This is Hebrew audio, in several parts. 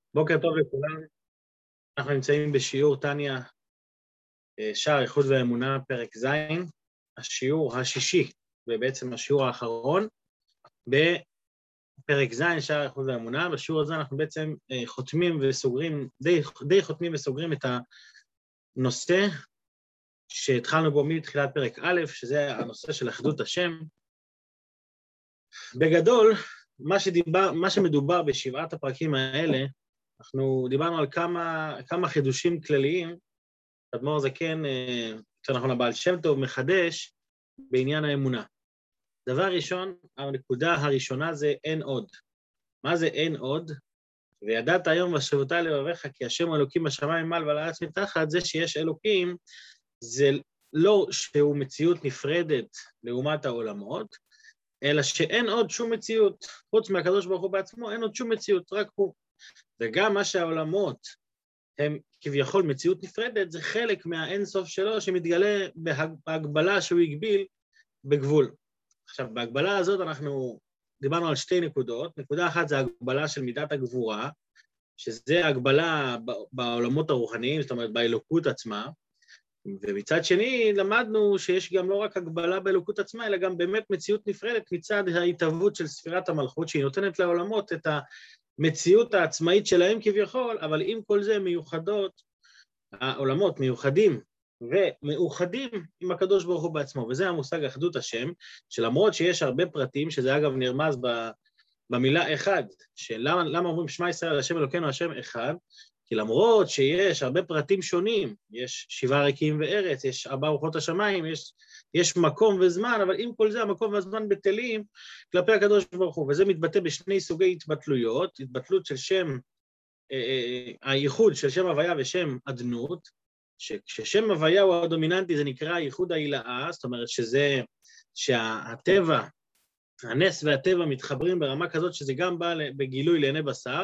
בוקר טוב לכולם, אנחנו נמצאים בשיעור תניא, שער איחוד ואמונה, פרק ז', השיעור השישי, ובעצם השיעור האחרון, בפרק ז', שער איחוד ואמונה. בשיעור הזה אנחנו בעצם חותמים וסוגרים, די חותמים וסוגרים את הנושא שהתחלנו בו מתחילת פרק א', שזה הנושא של אחדות השם. בגדול, מה שמדובר בשבעת הפרקים האלה, אנחנו דיברנו על כמה חידושים כלליים, אדמו"ר הזקן, יותר נכון הבעל שם טוב, מחדש בעניין האמונה. דבר ראשון, הנקודה הראשונה זה אין עוד. מה זה אין עוד? וידעת היום ושבותי לבביך כי השם אלוקים בשמיים מעל ועל הארץ מתחת, זה שיש אלוקים, זה לא שהוא מציאות נפרדת לעומת העולמות, אלא שאין עוד שום מציאות, חוץ מהקדוש ברוך הוא בעצמו, אין עוד שום מציאות, רק הוא. וגם מה שהעולמות הם כביכול מציאות נפרדת, זה חלק מהאינסוף שלו שמתגלה בהגבלה שהוא הגביל בגבול. עכשיו, בהגבלה הזאת אנחנו דיברנו על שתי נקודות. נקודה אחת זה הגבלה של מידת הגבורה, שזה הגבלה בעולמות הרוחניים, זאת אומרת באלוקות עצמה, ומצד שני למדנו שיש גם לא רק הגבלה באלוקות עצמה, אלא גם באמת מציאות נפרדת מצד ההתהוות של ספירת המלכות, שהיא נותנת לעולמות את המציאות העצמאית שלהם כביכול, אבל עם כל זה מיוחדות, העולמות מיוחדים ומאוחדים עם הקדוש ברוך הוא בעצמו, וזה המושג אחדות השם, שלמרות שיש הרבה פרטים, שזה אגב נרמז במילה אחד, למה אומרים שמע ישראל השם אלוקינו השם אחד, כי למרות שיש הרבה פרטים שונים, יש 7 ריקים וארץ, יש 4 רוחות השמיים, יש מקום וזמן, אבל עם כל זה המקום והזמן בטלים כלפי הקדוש ברוך הוא, וזה מתבטא בשני סוגי התבטלויות, התבטלות של שם, הייחוד של שם הוויה ושם אדנות, שכששם הוויה הוא הדומיננטי זה נקרא ייחוד ההילאה, זאת אומרת שהטבע, הנס והטבע מתחברים ברמה כזאת שזה גם בא בגילוי לעיני בשר,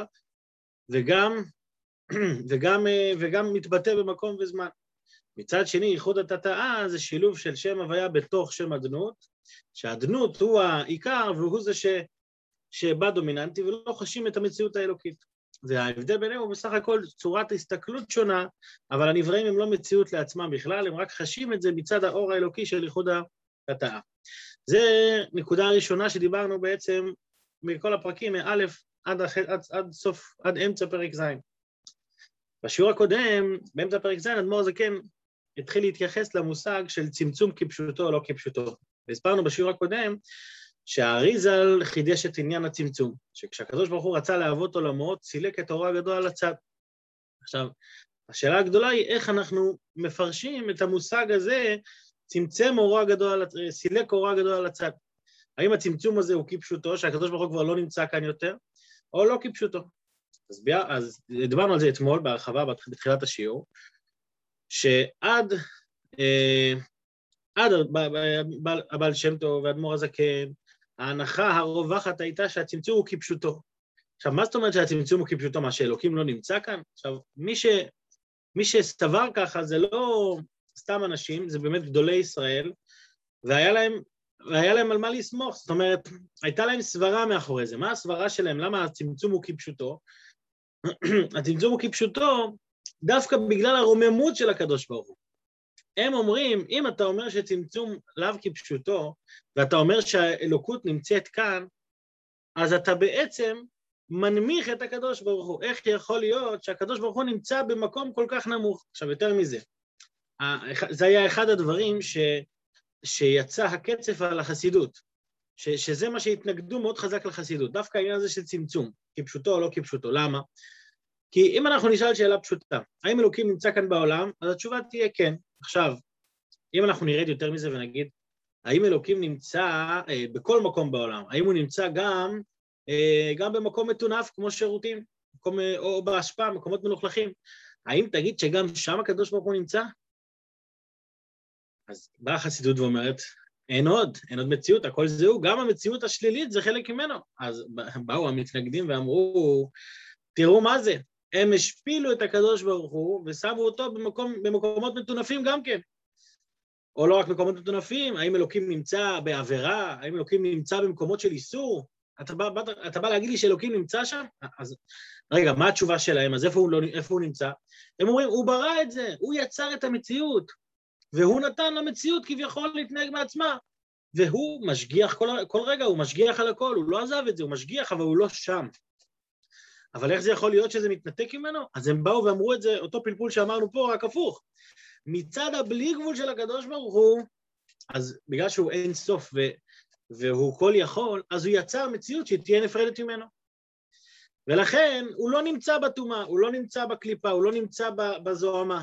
וגם מתבטא במקום וזמן. מצד שני, ייחוד התתאה זה שילוב של שם הוויה בתוך שם אדנות, שהאדנות הוא העיקר והוא זה שבא דומיננטי ולא חשים את המציאות האלוקית. וההבדל ביניהם הוא בסך הכל צורת הסתכלות שונה, אבל הנבראים הם לא מציאות לעצמם בכלל, הם רק חשים את זה מצד האור האלוקי של ייחוד התתאה. זה נקודה הראשונה שדיברנו בעצם מכל הפרקים, מאלף עד אמצע פרק ז'. בשיעור הקודם, באמצע פרק ז', אדמו"ר הזקן התחיל להתייחס למושג של צמצום כפשוטו או לא כפשוטו. והסברנו בשיעור הקודם שהאריז"ל חידש את עניין הצמצום, שכשהקדוש ברוך הוא רצה להוות עולמות, סילק את אורו הגדול על הצד. עכשיו, השאלה הגדולה היא איך אנחנו מפרשים את המושג הזה, צמצם אורו הגדול, סילק אורו הגדול על הצד. האם הצמצום הזה הוא כפשוטו, שהקדוש ברוך הוא כבר לא נמצא כאן יותר, או לא כפשוטו? אז דיברנו על זה אתמול בהרחבה בתחילת השיעור, שעד הבעל שם טוב ואדמו"ר הזקן, ההנחה הרווחת הייתה שהצמצום הוא כפשוטו. עכשיו, מה זאת אומרת שהצמצום הוא כפשוטו? מה, שאלוקים לא נמצא כאן? עכשיו, מי שסבר ככה זה לא סתם אנשים, זה באמת גדולי ישראל, והיה להם על מה לסמוך, זאת אומרת, הייתה להם סברה מאחורי זה. מה הסברה שלהם? למה הצמצום הוא כפשוטו? הצמצום הוא כפשוטו דווקא בגלל הרוממות של הקדוש ברוך הוא. הם אומרים, אם אתה אומר שצמצום לאו כפשוטו, ואתה אומר שהאלוקות נמצאת כאן, אז אתה בעצם מנמיך את הקדוש ברוך הוא. איך יכול להיות שהקדוש ברוך הוא נמצא במקום כל כך נמוך? עכשיו, יותר מזה, זה היה אחד הדברים שיצא הקצף על החסידות, שזה מה שהתנגדו מאוד חזק לחסידות, דווקא העניין הזה של צמצום, כפשוטו או לא כפשוטו. למה? כי אם אנחנו נשאל שאלה פשוטה, האם אלוקים נמצא כאן בעולם, אז התשובה תהיה כן. עכשיו, אם אנחנו נרד יותר מזה ונגיד, האם אלוקים נמצא בכל מקום בעולם? האם הוא נמצא גם במקום מטונף כמו שירותים, או בהשפעה, מקומות מלוכלכים? האם תגיד שגם שם הקדוש ברוך הוא נמצא? אז באה החסידות ואומרת, אין עוד מציאות, הכל זהו, גם המציאות השלילית זה חלק ממנו. אז באו המתנגדים ואמרו, תראו מה זה, הם השפילו את הקדוש ברוך הוא ושמו אותו במקומות מטונפים גם כן. או לא רק מקומות מטונפים, האם אלוקים נמצא בעבירה, האם אלוקים נמצא במקומות של איסור, אתה בא להגיד לי שאלוקים נמצא שם? אז רגע, מה התשובה שלהם? אז איפה הוא נמצא? הם אומרים, הוא ברא את זה, הוא יצר את המציאות, והוא נתן למציאות כביכול להתנהג מעצמה, והוא משגיח כל רגע, הוא משגיח על הכל, הוא לא עזב את זה, הוא משגיח, אבל הוא לא שם. אבל איך זה יכול להיות שזה מתנתק ממנו? אז הם באו ואמרו את זה, אותו פלפול שאמרנו פה, רק הפוך. מצד הבלי גבול של הקדוש ברוך הוא, אז בגלל שהוא אין סוף והוא כל יכול, אז הוא יצר מציאות שתהיה נפרדת ממנו. ולכן הוא לא נמצא בטומאה, הוא לא נמצא בקליפה, הוא לא נמצא בזוהמה.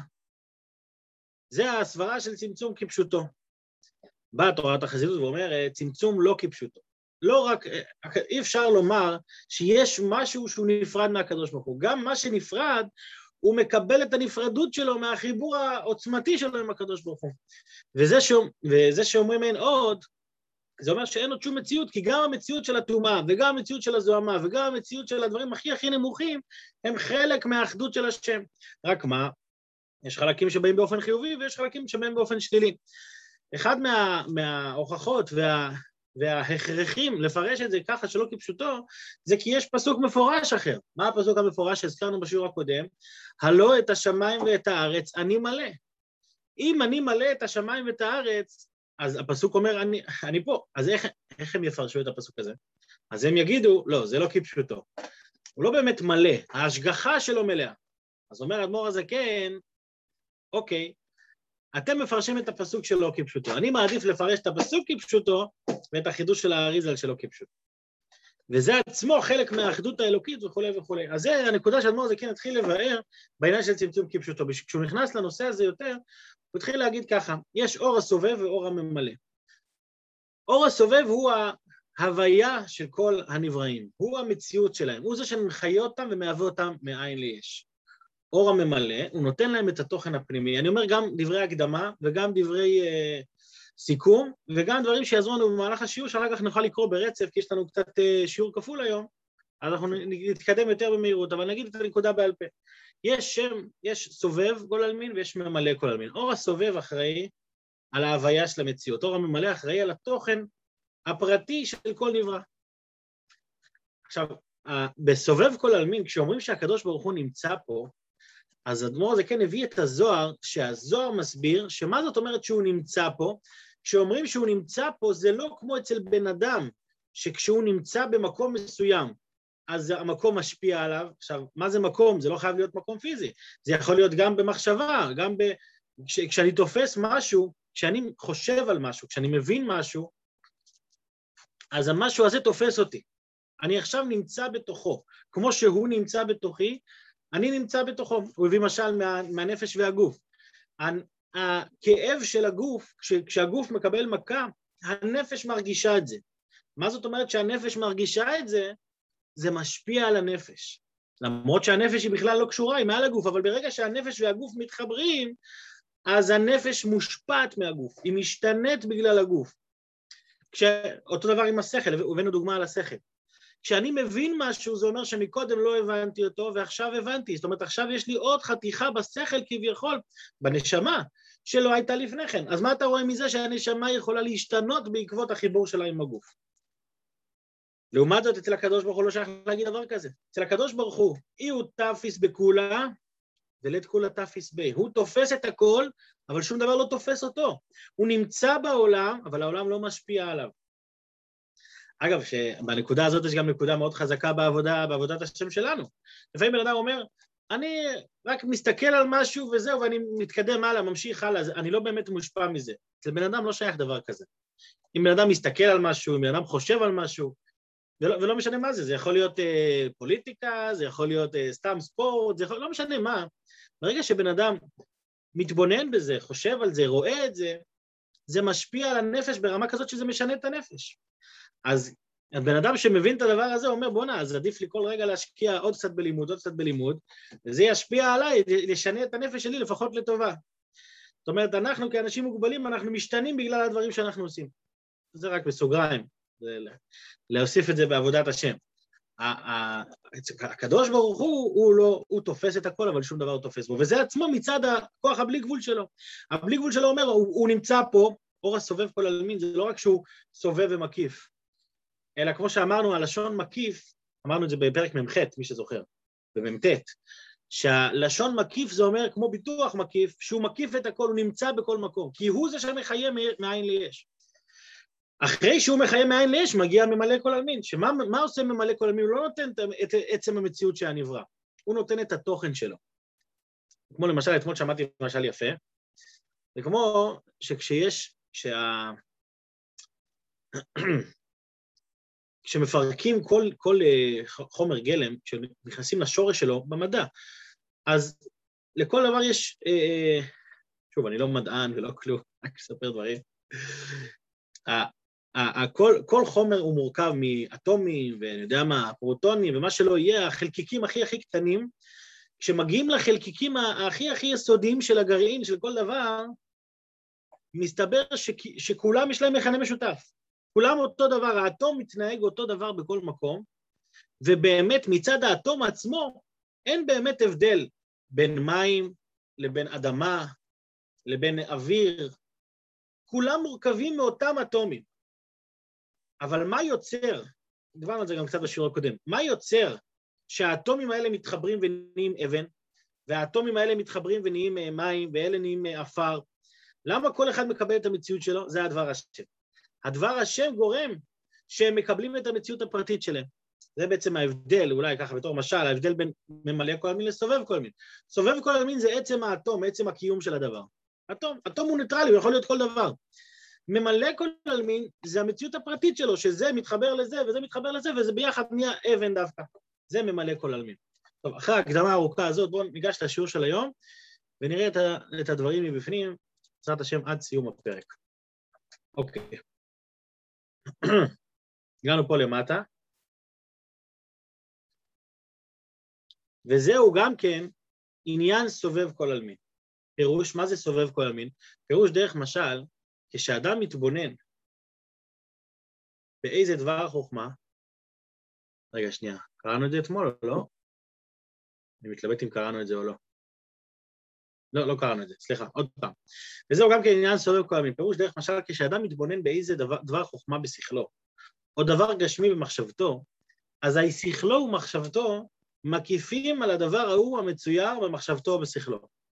זה הסברה של צמצום כפשוטו. באה תורת החסידות ואומרת, צמצום לא כפשוטו. לא רק, אי אפשר לומר שיש משהו שהוא נפרד מהקדוש ברוך הוא. גם מה שנפרד, הוא מקבל את הנפרדות שלו מהחיבור העוצמתי שלו עם הקדוש ברוך הוא. וזה שאומרים אין עוד, זה אומר שאין עוד שום מציאות, כי גם המציאות של הטומאה, וגם המציאות של הזוהמה, וגם המציאות של הדברים הכי נמוכים, הם חלק מהאחדות של השם. רק מה? יש חלקים שבאים באופן חיובי, ויש חלקים שבאים באופן שלילי. אחד מההוכחות וההכרחים לפרש את זה ככה שלא כפשוטו, זה כי יש פסוק מפורש אחר. מה הפסוק המפורש שהזכרנו בשיעור הקודם? הלא את השמיים ואת הארץ אני מלא. אם אני מלא את השמיים ואת הארץ, אז הפסוק אומר, אני פה. אז איך הם יפרשו את הפסוק הזה? אז הם יגידו, לא, זה לא כפשוטו. הוא לא באמת מלא, ההשגחה שלו מלאה. אז אומר אדמו"ר הזקן, אוקיי, אתם מפרשים את הפסוק שלו כפשוטו. אני מעדיף לפרש את הפסוק כפשוטו, ואת החידוש של האריז"ל שלו כפשוטו. וזה עצמו חלק מהאחדות האלוקית וכו' וכו'. אז זה הנקודה שאדמו"ר הזקן התחיל לבאר בעניין של צמצום כפשוטו. כשהוא נכנס לנושא הזה יותר, הוא התחיל להגיד ככה, יש אור הסובב ואור הממלא. אור הסובב הוא ההוויה של כל הנבראים, הוא המציאות שלהם, הוא זה שמחיה אותם ומהווה אותם מאין ליש. אור הממלא, הוא נותן להם את התוכן הפנימי. אני אומר גם דברי הקדמה וגם דברי סיכום, וגם דברים שיעזרו לנו במהלך השיעור, שאחר כך נוכל לקרוא ברצף, כי יש לנו קצת שיעור כפול היום, אז אנחנו נתקדם יותר במהירות, אבל נגיד את הנקודה בעל פה. יש סובב כל עלמין ויש ממלא כל עלמין. אור הסובב אחראי על ההוויה של המציאות, אור הממלא אחראי על התוכן הפרטי של כל נברא. עכשיו, בסובב כל עלמין, כשאומרים שהקדוש ברוך הוא נמצא פה, אז אדמו"ר הזקן הביא את הזוהר, שהזוהר מסביר שמה זאת אומרת שהוא נמצא פה. כשאומרים שהוא נמצא פה, זה לא כמו אצל בן אדם, שכשהוא נמצא במקום מסוים, אז המקום משפיע עליו. עכשיו, מה זה מקום? זה לא חייב להיות מקום פיזי. זה יכול להיות גם במחשבה, גם כשאני תופס משהו, כשאני חושב על משהו, כשאני מבין משהו, אז המשהו הזה תופס אותי. אני עכשיו נמצא בתוכו. כמו שהוא נמצא בתוכי, אני נמצא בתוכו. הוא הביא משל מהנפש והגוף. הכאב של הגוף, כשהגוף מקבל מכה, הנפש מרגישה את זה. מה זאת אומרת שהנפש מרגישה את זה? זה משפיע על הנפש. למרות שהנפש היא בכלל לא קשורה, היא מעל הגוף, אבל ברגע שהנפש והגוף מתחברים, אז הנפש מושפעת מהגוף, היא משתנית בגלל הגוף. אותו דבר עם השכל, הבאנו דוגמה על השכל. כשאני מבין משהו, זה אומר שמקודם לא הבנתי אותו, ועכשיו הבנתי. זאת אומרת, עכשיו יש לי עוד חתיכה בשכל כביכול, בנשמה, שלא הייתה לפני כן. אז מה אתה רואה מזה שהנשמה יכולה להשתנות בעקבות החיבור שלה עם הגוף? לעומת זאת, אצל הקדוש ברוך הוא לא שייך להגיד דבר כזה. אצל הקדוש ברוך הוא, אי הוא תפיס בכולה, ולית כולה תפיס בי. הוא תופס את הכל, אבל שום דבר לא תופס אותו. הוא נמצא בעולם, אבל העולם לא משפיע עליו. אגב, שבנקודה הזאת יש גם נקודה מאוד חזקה בעבודת השם שלנו. לפעמים בן אדם אומר, אני רק מסתכל על משהו וזהו, ואני מתקדם הלאה, ממשיך הלאה, אני לא באמת מושפע מזה. אצל בן אדם לא שייך דבר כזה. אם בן אדם מסתכל על משהו, אם בן אדם חושב על משהו, ולא משנה מה זה, זה יכול להיות פוליטיקה, זה יכול להיות סתם ספורט, זה לא משנה מה. ברגע שבן אדם מתבונן בזה, חושב על זה, רואה את זה, זה משפיע על הנפש ברמה כזאת שזה משנה את הנפש. אז הבן אדם שמבין את הדבר הזה אומר, בוא נה, אז עדיף לי כל רגע להשקיע עוד קצת בלימוד, וזה ישפיע עליי, לשנה את הנפש שלי לפחות לטובה. זאת אומרת, אנחנו כאנשים מוגבלים, אנחנו משתנים בגלל הדברים שאנחנו עושים. זה רק בסוגריים, להוסיף את זה בעבודת השם. הקדוש ברוך הוא תופס את הכל, אבל שום דבר הוא תופס בו, וזה עצמו מצד הכוח הבלי גבול שלו. הבלי גבול שלו אומר, הוא נמצא פה, אור הסובב כל עלמין, זה לא רק שהוא סובב ומקיף. אלא כמו שאמרנו, הלשון מקיף, אמרנו את זה בפרק ממ"ח, מי שזוכר, במ"ט, שהלשון מקיף זה אומר כמו ביטוח מקיף, שהוא מקיף את הכל, הוא נמצא בכל מקום, כי הוא זה שמחיה מאין ליש. אחרי שהוא מחיה מאין ליש, מגיע ממלא כל עלמין, שמה עושה ממלא כל עלמין? הוא לא נותן את עצם המציאות שהנברא, הוא נותן את התוכן שלו. כמו למשל, אתמול שמעתי למשל יפה, זה כמו כשמפרקים כל חומר גלם, כשנכנסים לשורש שלו במדע, אז לכל דבר יש, שוב, אני לא מדען ולא כלום, רק אספר דברים, כל חומר הוא מורכב מאטומים, ואני יודע מה, פרוטונים, ומה שלא יהיה, החלקיקים הכי קטנים, כשמגיעים לחלקיקים הכי יסודיים של הגרעין, של כל דבר, מסתבר שכולם יש להם מכנה משותף. כולם אותו דבר, האטום מתנהג אותו דבר בכל מקום, ובאמת מצד האטום עצמו, אין באמת הבדל בין מים לבין אדמה, לבין אוויר, כולם מורכבים מאותם אטומים. אבל מה יוצר, דיברנו על זה גם קצת בשיעור הקודם, מה יוצר שהאטומים האלה מתחברים ונהיים אבן, והאטומים האלה מתחברים ונהיים מים, ואלה נהיים אפר? למה כל אחד מקבל את המציאות שלו? זה הדבר השם. הדבר השם גורם שהם מקבלים את המציאות הפרטית שלהם. זה בעצם ההבדל, אולי ככה בתור משל, ההבדל בין ממלא כל עלמין לסובב כל עלמין. סובב כל עלמין זה עצם האטום, עצם הקיום של הדבר. אטום הוא ניטרלי, הוא יכול להיות כל דבר. ממלא כל עלמין זה המציאות הפרטית שלו, שזה מתחבר לזה וזה מתחבר לזה, וזה ביחד נהיה אבן דווקא. זה ממלא כל עלמין. טוב, אחרי ההקדמה הארוכה הזאת, בואו ניגש לשיעור של היום, ונראה את הדברים מבפנים, בעזרת השם עד סיום הפרק. אוקיי. הגענו פה למטה. וזהו גם כן עניין סובב כל עלמין. פירוש, מה זה סובב כל עלמין? פירוש דרך משל, כשאדם מתבונן באיזה דבר חוכמה, רגע שנייה, קראנו את זה אתמול או לא? אני מתלבט אם קראנו את זה או לא. לא קראנו את זה, סליחה, עוד פעם. וזהו גם כן עניין סובב כל עלמין. פירוש דרך משל, כשאדם מתבונן באיזה דבר חוכמה בשכלו, או דבר גשמי במחשבתו, אז שכלו ומחשבתו מקיפים על הדבר ההוא המצויר במחשבתו או בשכלו.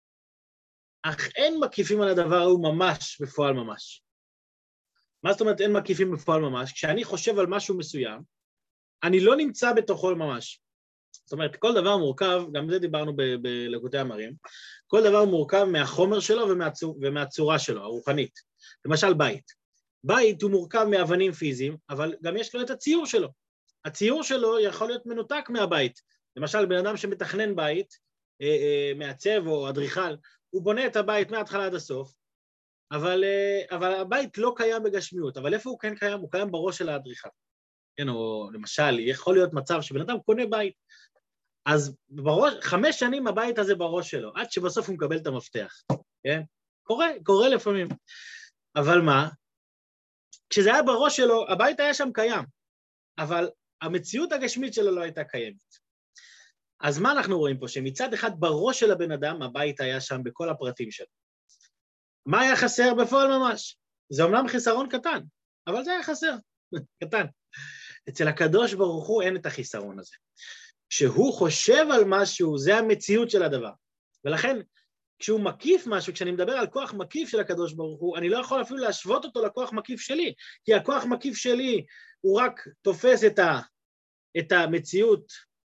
אך אין מקיפים על הדבר ההוא ממש, בפועל ממש. מה זאת אומרת אין מקיפים בפועל ממש? כשאני חושב על משהו מסוים, אני לא נמצא בתוכו ממש. זאת אומרת, כל דבר מורכב, גם זה דיברנו בלקוטי המרים, כל דבר מורכב מהחומר שלו ומהצורה שלו, הרוחנית. למשל בית. בית הוא מורכב מאבנים פיזיים, אבל גם יש לו את הציור שלו. הציור שלו יכול להיות מנותק מהבית. למשל, בן אדם שמתכנן בית, מעצב או אדריכל, הוא בונה את הבית מההתחלה עד הסוף, אבל הבית לא קיים בגשמיות. אבל איפה הוא כן קיים? הוא קיים בראש של האדריכל. כן, או למשל, יכול להיות מצב שבן אדם קונה בית, אז 5 שנים הבית הזה בראש שלו, עד שבסוף הוא מקבל את המפתח. כן? קורה לפעמים. אבל מה? כשזה היה בראש שלו, הבית היה שם קיים, אבל המציאות הגשמית שלו לא הייתה קיימת. אז מה אנחנו רואים פה? שמצד אחד בראש של הבן אדם, הבית היה שם בכל הפרטים שלו. מה היה חסר בפועל ממש? זה אומנם חיסרון קטן, אבל זה היה חסר, קטן. אצל הקדוש ברוך הוא אין את החיסרון הזה. כשהוא חושב על משהו, זה המציאות של הדבר. ולכן, כשהוא מקיף משהו, כשאני מדבר על כוח מקיף של הקדוש ברוך הוא, אני לא יכול אפילו להשוות אותו לכוח מקיף שלי, כי הכוח מקיף שלי הוא רק תופס את המציאות,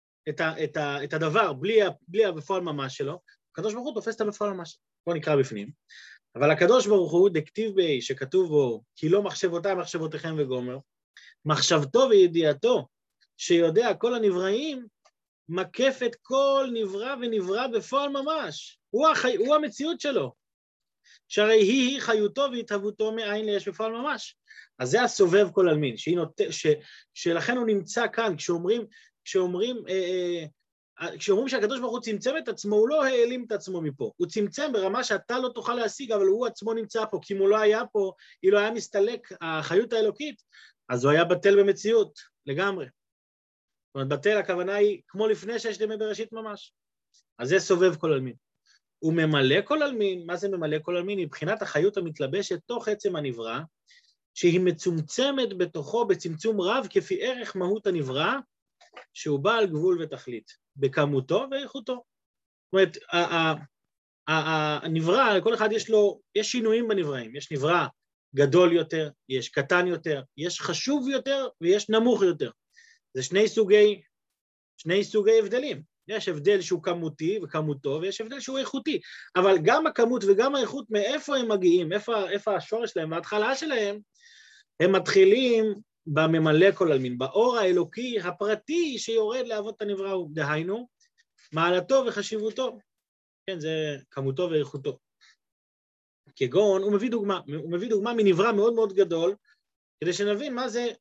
את הדבר, בלי הבפועל ממש שלו, הקדוש ברוך הוא תופס את הבפועל ממש. בואו נקרא בפנים. אבל הקדוש ברוך הוא, דכתיב בי, שכתוב בו, כי לא מחשבותיי מחשבותיכם וגומר, מחשבתו וידיעתו, שיודע כל הנבראים, מקף את כל נברא ונברא בפועל ממש. הוא המציאות שלו. שהרי היא חיותו והתהוותו מאין ליש בפועל ממש. אז זה הסובב כל עלמין, שלכן הוא נמצא כאן, כשאומרים שהקדוש ברוך הוא צמצם את עצמו, הוא לא העלים את עצמו מפה, הוא צמצם ברמה שאתה לא תוכל להשיג, אבל הוא עצמו נמצא פה, כי אם הוא לא היה פה, אם לא היה מסתלק החיות האלוקית, אז הוא היה בטל במציאות, לגמרי. זאת אומרת, בטל הכוונה היא כמו לפני 6 ימי בראשית ממש. אז זה סובב כל עלמין. הוא ממלא כל עלמין, מה זה ממלא כל עלמין? מבחינת החיות המתלבשת תוך עצם הנברא, שהיא מצומצמת בתוכו בצמצום רב כפי ערך מהות הנברא, שהוא בעל גבול ותכלית, בכמותו ואיכותו. זאת אומרת, הנברא, לכל אחד יש שינויים בנבראים, יש נברא גדול יותר, יש קטן יותר, יש חשוב יותר ויש נמוך יותר. זה שני סוגי הבדלים. יש הבדל שהוא כמותי וכמותו, ויש הבדל שהוא איכותי. אבל גם הכמות וגם האיכות, מאיפה הם מגיעים, איפה השורש שלהם, וההתחלה שלהם, הם מתחילים בממלא כל עלמין, באור האלוקי הפרטי שיורד לעבוד את הנברא, דהיינו, מעלתו וחשיבותו. כן, זה כמותו ואיכותו. כגון, הוא מביא דוגמה מנברא מאוד מאוד גדול, כדי שנבין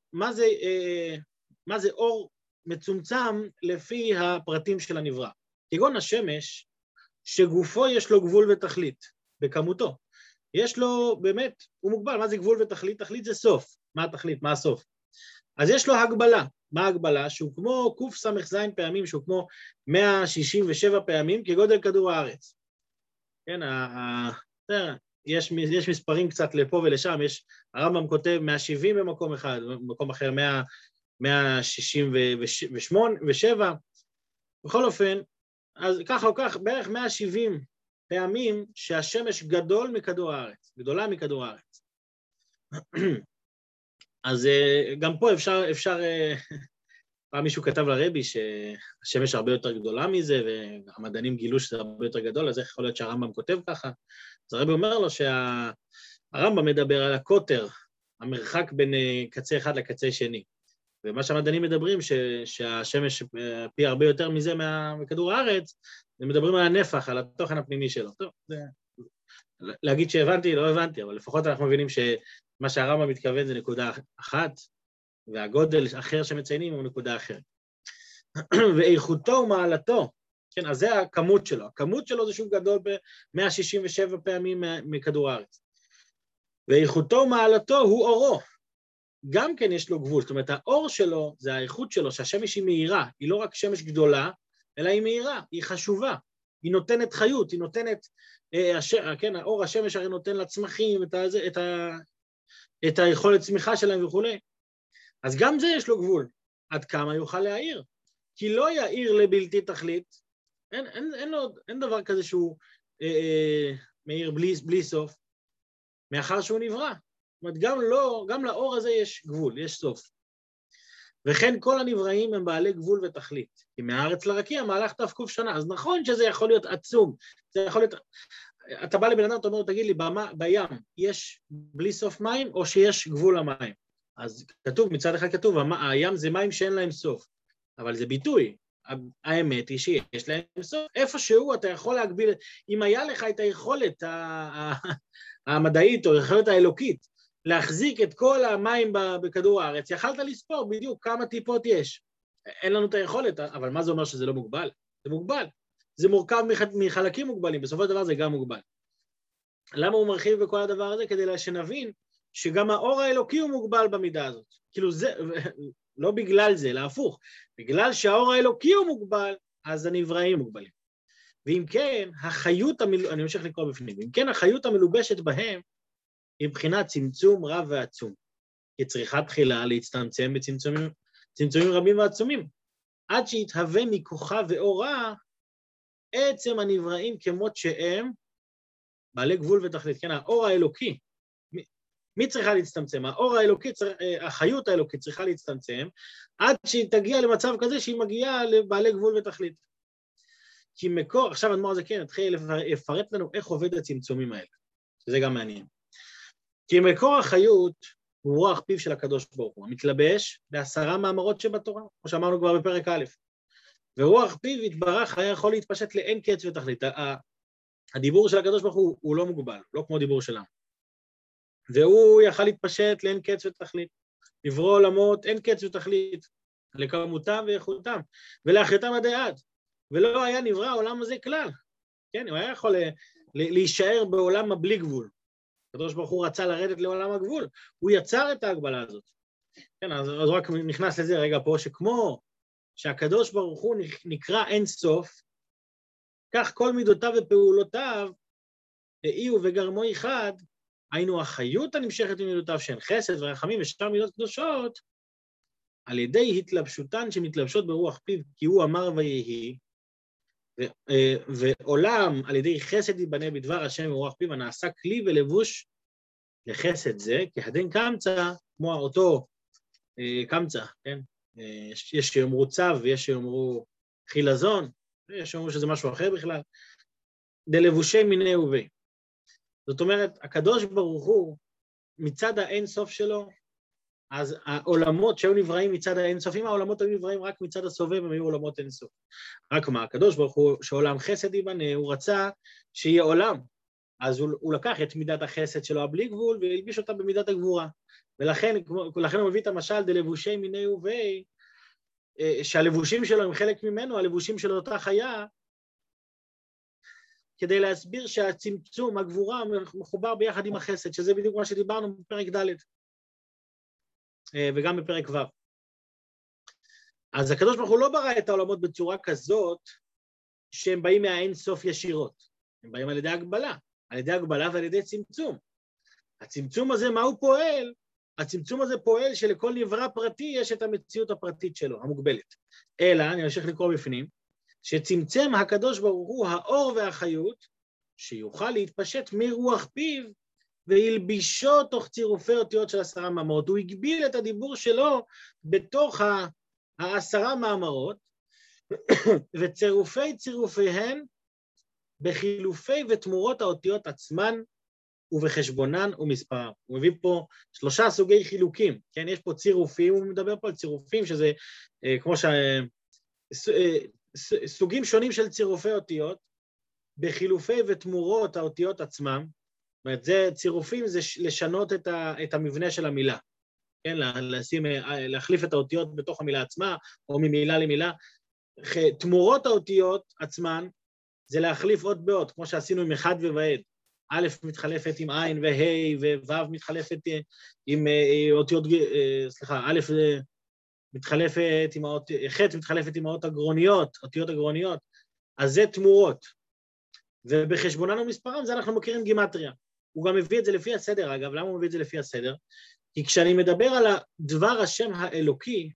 מה זה אור מצומצם לפי הפרטים של הנברא. כגון השמש, שגופו יש לו גבול ותכלית, בכמותו. יש לו באמת, הוא מוגבל, מה זה גבול ותכלית? תכלית זה סוף. מה התכלית? מה הסוף? אז יש לו הגבלה. מה ההגבלה? שהוא כמו קס"ז פעמים, שהוא כמו 167 פעמים, כגודל כדור הארץ. כן, יש מספרים קצת לפה ולשם, הרמב"ם כותב 170 במקום אחד, במקום אחר 167, בכל אופן, אז ככה או כך, בערך 170 פעמים שהשמש גדולה מכדור הארץ. אז גם פה אפשר פעם מישהו כתב לרבי שהשמש הרבה יותר גדולה מזה, והמדענים גילו שזה הרבה יותר גדול, אז איך יכול להיות שהרמב"ם כותב ככה? אז הרבי אומר לו שהרמב"ם מדבר על הקוטר, המרחק בין קצה אחד לקצה שני. ומה שהמדענים מדברים, שהשמש פי הרבה יותר מזה מכדור הארץ, הם מדברים על הנפח, על התוכן הפנימי שלו. טוב, להגיד שהבנתי, לא הבנתי, אבל לפחות אנחנו מבינים שמה שהרמב"ם מתכוון זה נקודה אחת, והגודל אחר שמציינים הוא נקודה אחרת. ואיכותו ומעלתו, כן, אז זה הכמות שלו. הכמות שלו זה שהוא גדול ב-167 פעמים מכדור הארץ. ואיכותו ומעלתו הוא אורו. גם כן יש לו גבול, זאת אומרת, האור שלו זה האיכות שלו, שהשמש היא מהירה, היא לא רק שמש גדולה, אלא היא מהירה, היא חשובה, היא נותנת חיות, היא נותנת, כן, האור השמש הרי נותן לצמחים את היכולת צמיחה שלהם וכו'. אז גם זה יש לו גבול, עד כמה יוכל להאיר, כי לא יאיר לבלתי תכלית, אין דבר כזה שהוא מאיר בלי סוף, מאחר שהוא נברא. זאת אומרת, גם לאור הזה יש גבול, יש סוף. וכן כל הנבראים הם בעלי גבול ותכלית. כי מהארץ לרקיע מהלך תק' שנה. אז נכון שזה יכול להיות עצום. זה יכול להיות... אתה בא לבן אדם, אתה אומר, תגיד לי, בים יש בלי סוף מים או שיש גבול למים? אז כתוב, מצד אחד כתוב, הים זה מים שאין להם סוף. אבל זה ביטוי. האמת היא שיש להם סוף. איפשהו אתה יכול להגביל, אם היה לך את היכולת המדעית או היכולת האלוקית, להחזיק את כל המים בכדור הארץ, יכלת לספור בדיוק כמה טיפות יש. אין לנו את היכולת, אבל מה זה אומר שזה לא מוגבל? זה מוגבל. זה מורכב מחלקים מוגבלים, בסופו של דבר זה גם מוגבל. למה הוא מרחיב בכל הדבר הזה? כדי שנבין שגם האור האלוקי הוא מוגבל במידה הזאת. כאילו זה, לא בגלל זה, להפוך. בגלל שהאור האלוקי הוא מוגבל, אז הנבראים מוגבלים. ואם כן, אני ממשיך לקרוא בפנים, ואם כן, החיות המלובשת בהם, היא מבחינת צמצום רב ועצום, כי צריכה תחילה להצטמצם בצמצומים רבים ועצומים, עד שיתהווה מכוחה ואורה עצם הנבראים כמות שהם בעלי גבול ותכלית. כן, האור האלוקי, מי צריכה להצטמצם? האור האלוקי, החיות האלוקית צריכה להצטמצם, עד שהיא תגיע למצב כזה שהיא מגיעה לבעלי גבול ותכלית. כי מקור, עכשיו אדמו"ר הזקן התחיל לפרט לנו איך עובד הצמצומים האלה, שזה גם מעניין. כי מקור החיות הוא רוח פיו של הקדוש ברוך הוא, המתלבש ב10 מאמרות שבתורה, כמו שאמרנו כבר בפרק א', ורוח פיו יתברך היה יכול להתפשט לאין קץ ותכלית. הדיבור של הקדוש ברוך הוא לא מוגבל, לא כמו דיבור שלנו. והוא יכל להתפשט לאין קץ ותכלית, לברוא עולמות אין קץ ותכלית, לכמותם ואיכותם, ולאחריתם עדי עד. ולא היה נברא העולם הזה כלל. כן, הוא היה יכול להישאר בעולם הבלי גבול. הקדוש ברוך הוא רצה לרדת לעולם הגבול, הוא יצר את ההגבלה הזאת. כן, אז רק נכנס לזה רגע פה, שכמו שהקדוש ברוך הוא נקרא אין סוף, כך כל מידותיו ופעולותיו, אי וגרמו אחד, היינו החיות הנמשכת ממידותיו שהן חסד ורחמים ושאר מידות קדושות, על ידי התלבשותן שמתלבשות ברוח פיו, כי הוא אמר ויהי, ועולם על ידי חסד ייבנה בדבר השם ברוח פיו, הנעשה כלי ולבוש לחסד זה, כהדין קמצא, כמו אותו קמצא, כן? יש שיאמרו צו ויש שיאמרו חילזון, ויש שיאמרו שזה משהו אחר בכלל, דלבושי מיני ובי. זאת אומרת, הקדוש ברוך הוא, מצד האין סוף שלו, אז העולמות שהיו נבראים מצד האין סוף, אם העולמות היו נבראים רק מצד הסובב, הם היו עולמות אין סוף. רק מה, הקדוש ברוך הוא, שעולם חסד ייבנה, הוא רצה שיהיה עולם, אז הוא לקח את מידת החסד שלו הבלי גבול, והלביש אותה במידת הגבורה. ולכן הוא מביא את המשל דלבושי מיני ובי, שהלבושים שלו הם חלק ממנו, הלבושים של אותה חיה, כדי להסביר שהצמצום, הגבורה, מחובר ביחד עם החסד, שזה בדיוק מה שדיברנו בפרק ד' וגם בפרק ו'. אז הקדוש ברוך הוא לא ברא את העולמות בצורה כזאת, שהם באים מהאין סוף ישירות. הם באים על ידי הגבלה, על ידי הגבלה ועל ידי צמצום. הצמצום הזה, מה הוא פועל? הצמצום הזה פועל שלכל נברא פרטי יש את המציאות הפרטית שלו, המוגבלת. אלא, אני אמשיך לקרוא בפנים, שצמצם הקדוש ברוך הוא האור והחיות, שיוכל להתפשט מרוח פיו, וילבישו תוך צירופי אותיות של 10 מאמרות. הוא הגביל את הדיבור שלו בתוך 10 מאמרות, וצירופיהן בחילופי ותמורות האותיות עצמן, ובחשבונן ומספרם. הוא מביא פה 3 סוגי חילוקים, כן? יש פה צירופים, הוא מדבר פה על צירופים, שזה כמו סוגים שונים של צירופי אותיות, בחילופי ותמורות האותיות עצמם, זאת אומרת, צירופים זה לשנות את המבנה של המילה, כן? להחליף את האותיות בתוך המילה עצמה, או ממילה למילה. תמורות האותיות עצמן, זה להחליף אות באות, כמו שעשינו עם אחד ועד. א' מתחלפת עם עין וה' וו' מתחלפת עם אותיות, א' מתחלפת עם האות, ח' מתחלפת עם האות הגרוניות, אותיות הגרוניות, אז זה תמורות. ובחשבונן ומספרם זה אנחנו מכירים גימטריה. הוא גם מביא את זה לפי הסדר, אגב, למה הוא מביא את זה לפי הסדר? כי כשאני מדבר על דבר השם האלוקי,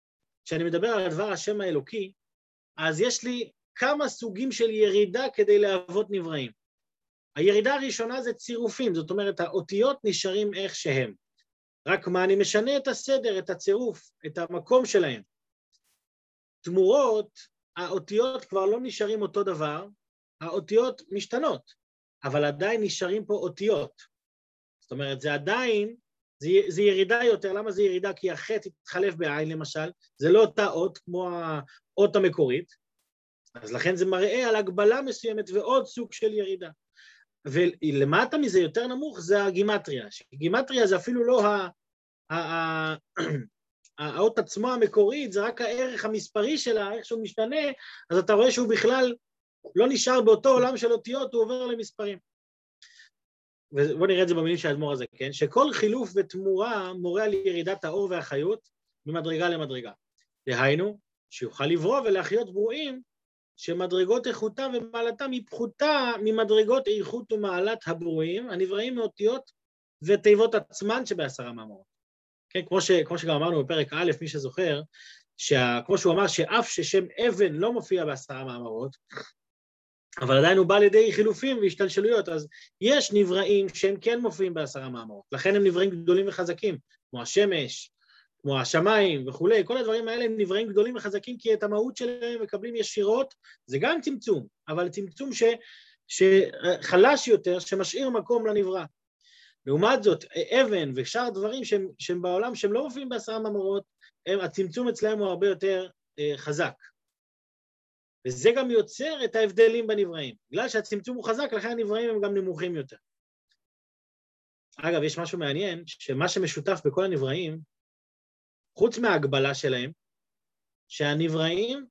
אז יש לי כמה סוגים של ירידה כדי להוות נבראים. הירידה הראשונה זה צירופים, זאת אומרת, האותיות נשארים איך שהם. רק מה, אני משנה את הסדר, את הצירוף, את המקום שלהם. תמורות, האותיות כבר לא נשארים אותו דבר, האותיות משתנות, אבל עדיין נשארים פה אותיות. זאת אומרת, זה עדיין, זה ירידה יותר. למה זה ירידה? כי החטא התחלף בעין למשל, זה לא אותה אות כמו האות המקורית, אז לכן זה מראה על הגבלה מסוימת ועוד סוג של ירידה. ולמטה מזה יותר נמוך זה הגימטריה, שגימטריה זה אפילו לא האות עצמו המקורית, זה רק הערך המספרי שלה, איך שהוא משתנה, אז אתה רואה שהוא בכלל לא נשאר באותו עולם של אותיות, הוא עובר למספרים. ובואו נראה את זה במילים של האדמו"ר הזה, כן? שכל חילוף ותמורה מורה על ירידת האור והחיות ממדרגה למדרגה. דהיינו, שיוכל לברוא ולהחיות ברואים, שמדרגות איכותם ומעלתם היא פחותה ממדרגות איכות ומעלת הברואים, הנבראים מאותיות ותיבות עצמן שב10 מאמרות. כן, כמו שגם אמרנו בפרק א', מי שזוכר, כמו שהוא אמר שאף ששם אבן לא מופיע ב10 מאמרות, אבל עדיין הוא בא לידי חילופים והשתלשלויות, אז יש נבראים שהם כן מופיעים ב10 מאמרות, לכן הם נבראים גדולים וחזקים, כמו השמש, כמו השמיים וכולי, כל הדברים האלה הם נבראים גדולים וחזקים, כי את המהות שלהם מקבלים ישירות, זה גם צמצום, אבל צמצום שחלש יותר, שמשאיר מקום לנברא. לעומת זאת, אבן ושאר דברים שהם בעולם, שהם לא מופיעים ב10 מאמרות, הצמצום אצלהם הוא הרבה יותר חזק. וזה גם יוצר את ההבדלים בנבראים. בגלל שהצמצום הוא חזק, לכן הנבראים הם גם נמוכים יותר. אגב, יש משהו מעניין, שמה שמשותף בכל הנבראים, חוץ מההגבלה שלהם, שהנבראים,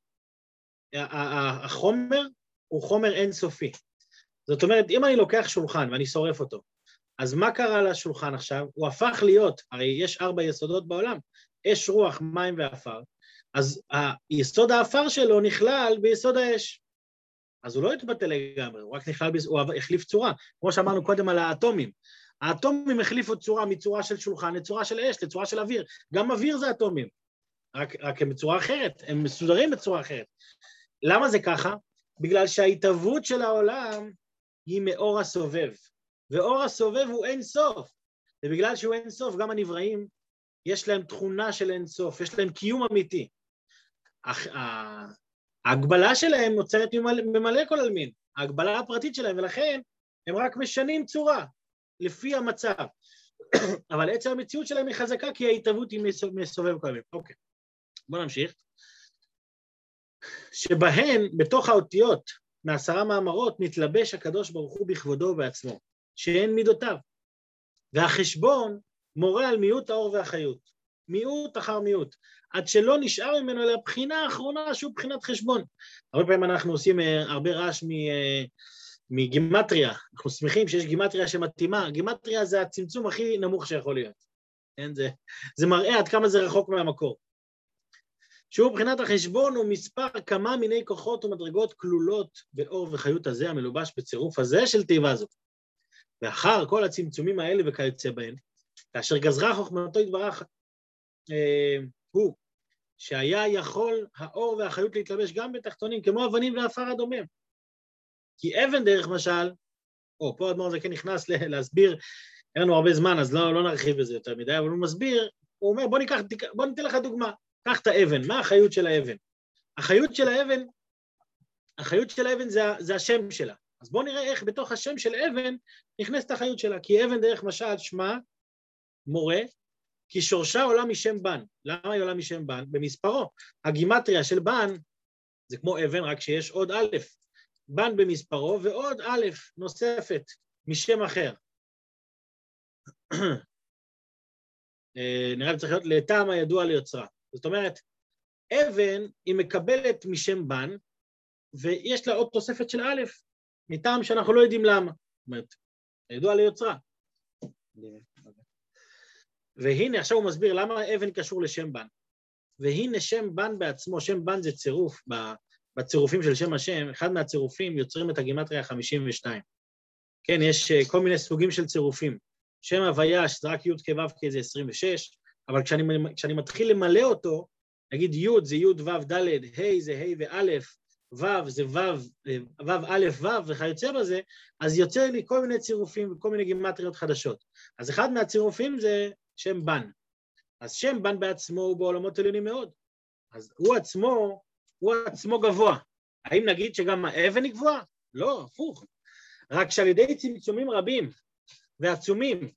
החומר הוא חומר אינסופי. זאת אומרת, אם אני לוקח שולחן ואני שורף אותו, אז מה קרה לשולחן עכשיו? הוא הפך להיות, הרי יש 4 יסודות בעולם, אש, רוח, מים ואפר, אז היסוד האפר שלו נכלל ביסוד האש. אז הוא לא התבטל לגמרי, הוא רק נכלל, הוא החליף צורה, כמו שאמרנו קודם על האטומים. האטומים החליפו צורה מצורה של שולחן לצורה של אש, לצורה של אוויר. גם אוויר זה אטומים, רק הם בצורה אחרת, הם מסודרים בצורה אחרת. למה זה ככה? בגלל שההתהוות של העולם היא מאור הסובב, ואור הסובב הוא אין סוף, ובגלל שהוא אין סוף, גם הנבראים, יש להם תכונה של אין סוף, יש להם קיום אמיתי. ההגבלה שלהם נוצרת ממלא כל עלמין, ההגבלה הפרטית שלהם, ולכן הם רק משנים צורה, לפי המצב. אבל עצם המציאות שלהם היא חזקה, כי ההתהוות היא מסובב כל עלמין. אוקיי, בואו נמשיך. שבהן, בתוך האותיות, מ10 מאמרות, מתלבש הקדוש ברוך הוא בכבודו ובעצמו, שאין מידותיו. והחשבון מורה על מיעוט האור והחיות, מיעוט אחר מיעוט, עד שלא נשאר ממנו אלא הבחינה האחרונה שהוא בחינת חשבון. הרבה פעמים אנחנו עושים הרבה רעש מגימטריה, אנחנו שמחים שיש גימטריה שמתאימה, גימטריה זה הצמצום הכי נמוך שיכול להיות, כן? זה מראה עד כמה זה רחוק מהמקור. שהוא בחינת החשבון הוא מספר כמה מיני כוחות ומדרגות כלולות באור וחיות הזה, המלובש בצירוף הזה של תיבה זו. ואחר כל הצמצומים האלה וכיוצא בהן, כאשר גזרה חוכמתו יתברך, הוא שהיה יכול האור והחיות להתלבש גם בתחתונים, כמו אבנים ואפר הדומם. כי אבן דרך משל, פה אדמו"ר הזקן נכנס להסביר, אין לנו הרבה זמן, אז לא נרחיב בזה יותר מדי, אבל הוא מסביר, הוא אומר, בוא ניתן לך דוגמה, קח את האבן, מה החיות של האבן? החיות של האבן זה השם שלה. אז בואו נראה איך בתוך השם של אבן נכנסת החיות שלה, כי אבן דרך משל שמה מורה, כי שורשה עולה משם בן. למה היא עולה משם בן? במספרו. הגימטריה של בן זה כמו אבן, רק שיש עוד א', בן במספרו ועוד א' נוספת משם אחר. נראה לי צריך להיות לטעם הידוע ליוצרה. זאת אומרת, אבן היא מקבלת משם בן, ויש לה עוד תוספת של א', מטעם שאנחנו לא יודעים למה. זאת אומרת, הידוע ליוצרה. והנה, עכשיו הוא מסביר למה אבן קשור לשם בן. והנה שם בן בעצמו, שם בן זה צירוף, בצירופים של שם השם, אחד מהצירופים יוצרים את הגימטריה 52. כן, יש כל מיני סוגים של צירופים. שם הוויה, שזה רק י' כו' כזה 26, אבל כשאני מתחיל למלא אותו, נגיד י' זה י' ו' ד', ה' זה ה' וא', ו' זה ו' א' ו' וכיוצא בזה, אז יוצא לי כל מיני צירופים וכל מיני גימטריות חדשות. אז אחד מהצירופים זה שם בן. אז שם בן בעצמו הוא בעולמות עליונים מאוד. אז הוא עצמו גבוה. האם נגיד שגם האבן היא גבוהה? לא, הפוך. רק שעל ידי צמצומים רבים ועצומים,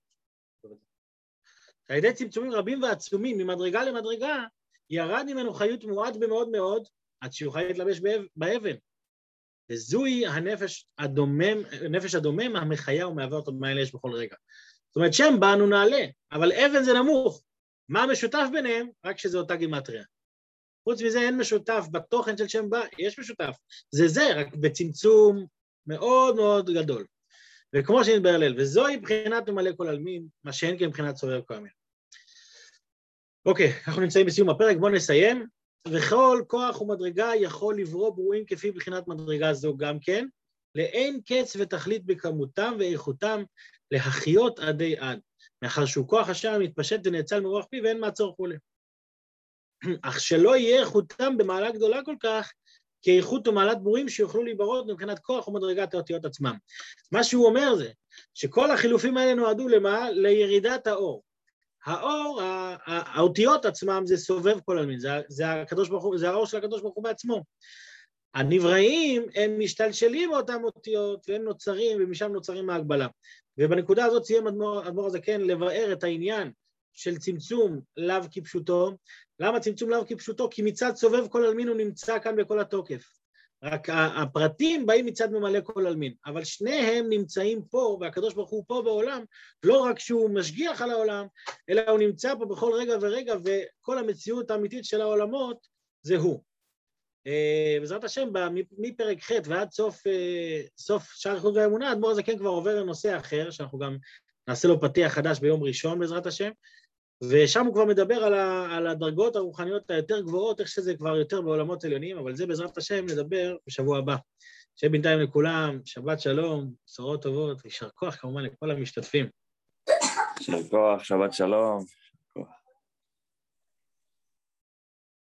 על ידי צמצומים רבים ועצומים, ממדרגה למדרגה, ירד ממנו חיות מועט במאוד מאוד, עד שיוכל להתלבש באבן. וזוהי הנפש הדומם המחיה ומהווה אותו מה יש בכל רגע. זאת אומרת, שם בן הוא נעלה, אבל אבן זה נמוך. מה משותף ביניהם? רק שזה אותה גימטריה. חוץ מזה אין משותף בתוכן של שם בן, יש משותף. זה, רק בצמצום מאוד מאוד גדול. וכמו שנדבר ליל, וזוהי בחינת ממלא כל עלמין, מה שאין כמבחינת סובב כל עלמין. אוקיי, אנחנו נמצאים בסיום הפרק, בואו נסיים. וכל כוח ומדרגה יכול לברוא ברואים כפי בחינת מדרגה זו גם כן, לאין קץ ותכלית בכמותם ואיכותם, להחיות עדי עד, מאחר שהוא כוח השם מתפשט ונאצל מרוח פי ואין מעצור כולה. אך שלא יהיה איכותם במעלה גדולה כל כך, כאיכות ומעלת ברואים שיוכלו להיברות מבחינת כוח ומדרגת האותיות עצמם. מה שהוא אומר זה, שכל החילופים האלה נועדו למה? לירידת האור. האור, האותיות עצמם זה סובב כל עלמין, זה האור של הקדוש ברוך הוא בעצמו. הנבראים הם משתלשלים מאותם אותיות והם נוצרים ומשם נוצרים ההגבלה. ובנקודה הזאת סיים אדמו"ר הזקן לבאר את העניין של צמצום לאו כפשוטו. למה צמצום לאו כפשוטו? כי מצד סובב כל עלמין הוא נמצא כאן בכל התוקף. רק הפרטים באים מצד ממלא כל עלמין, אבל שניהם נמצאים פה, והקדוש ברוך הוא פה בעולם, לא רק שהוא משגיח על העולם, אלא הוא נמצא פה בכל רגע ורגע, וכל המציאות האמיתית של העולמות זה הוא. בעזרת השם, מפרק ח' ועד סוף שער איכות והאמונה, אדמו"ר הזקן כבר עובר לנושא אחר, שאנחנו גם נעשה לו פתיח חדש ביום ראשון בעזרת השם, ושם הוא כבר מדבר על הדרגות הרוחניות היותר גבוהות, איך שזה כבר יותר בעולמות עליונים, אבל זה בעזרת השם נדבר בשבוע הבא. שיהיה בינתיים לכולם, שבת שלום, בשורות טובות, יישר כוח כמובן לכל המשתתפים. יישר כוח, שבת שלום.